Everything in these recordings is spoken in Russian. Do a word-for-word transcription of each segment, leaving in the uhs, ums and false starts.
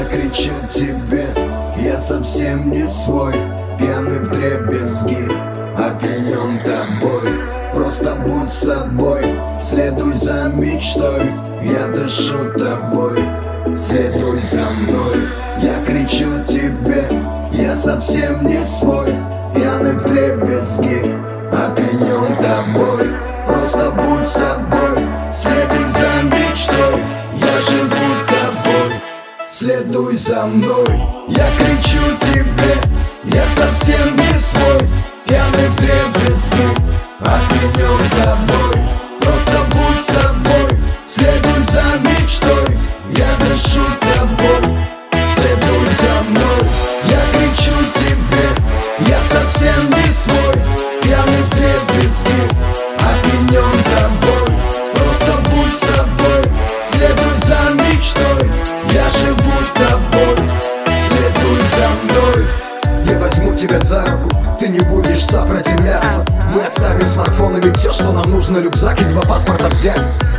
кричу тебе, я совсем не свой, пьяный вдребезги, опьянен тобой. Просто будь собой, следуй за мечтой, я дышу тобой, следуй за мной. Я кричу тебе, я совсем не свой, пьяный вдребезги, опьянен тобой. Просто будь собой, следуй за мечтой, я живу тобой, следуй за мной. Я кричу тебе, я совсем не свой, пьяный вдребезги, опьянен тобой. Просто будь собой, следуй за мечтой, я дышу тобой, следуй за мной. Я кричу тебе, я совсем не свой, пьяный вдребезги, опьянен тобой. Просто будь собой, следуй за мечтой, я живу тобой, следуй за мной. Я возьму тебя за руку, ты не будешь сопротивляться. Мы оставим смартфон и ведь все, что нам нужно, рюкзак и два паспорта взять.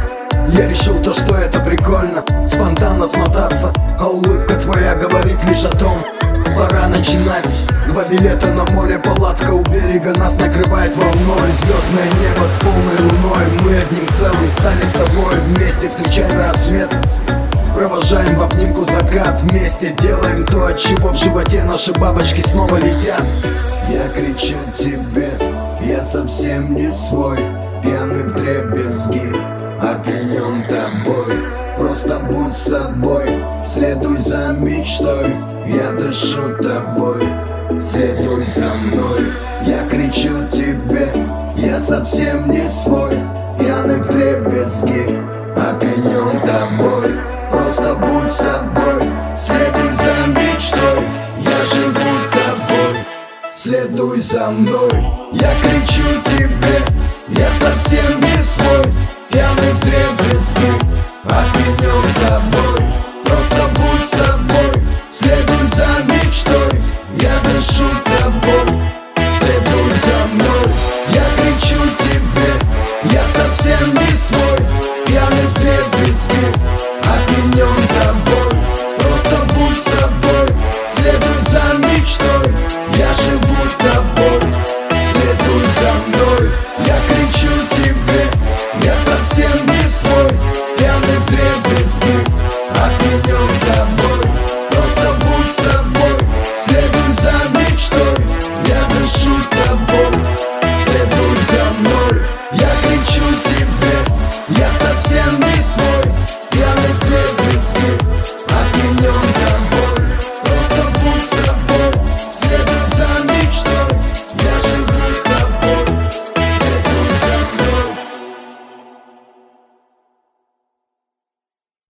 Я решил то, что это прикольно, спонтанно смотаться, а улыбка твоя говорит лишь о том, пора начинать. Два билета на море, палатка у берега, нас накрывает волной. Звездное небо с полной луной, мы одним целым стали с тобой. Вместе встречаем рассвет, провожаем в обнимку закат. Вместе делаем то, от чего в животе наши бабочки снова летят. Я кричу тебе, я совсем не свой, пьяный вдребезги, опьянен тобой. Просто будь собой, следуй за мечтой, я дышу тобой, следуй за мной. Я кричу тебе, я совсем не свой, пьяный вдребезги, опьянен тобой. Просто будь собой, следуй за мечтой, я живу тобой, следуй за мной. Я кричу тебе, я совсем не свой, пьяный вдребезги, опьянен тобой. Просто будь собой, следуй за мечтой, я дышу тобой, следуй за мной. Я кричу тебе, я совсем не свой, пьяный вдребезги, опьянен тобой. Просто будь собой, следуй за мечтой, я живу тобой, следуй за мной. Я кричу тебе, я совсем не свой, пьяный вдребезги, опьянен тобой. Просто будь собой, следуй за мечтой, я дышу тобой, следуй за мной. Я кричу тебе, я совсем не свой, пьяный вдребезги,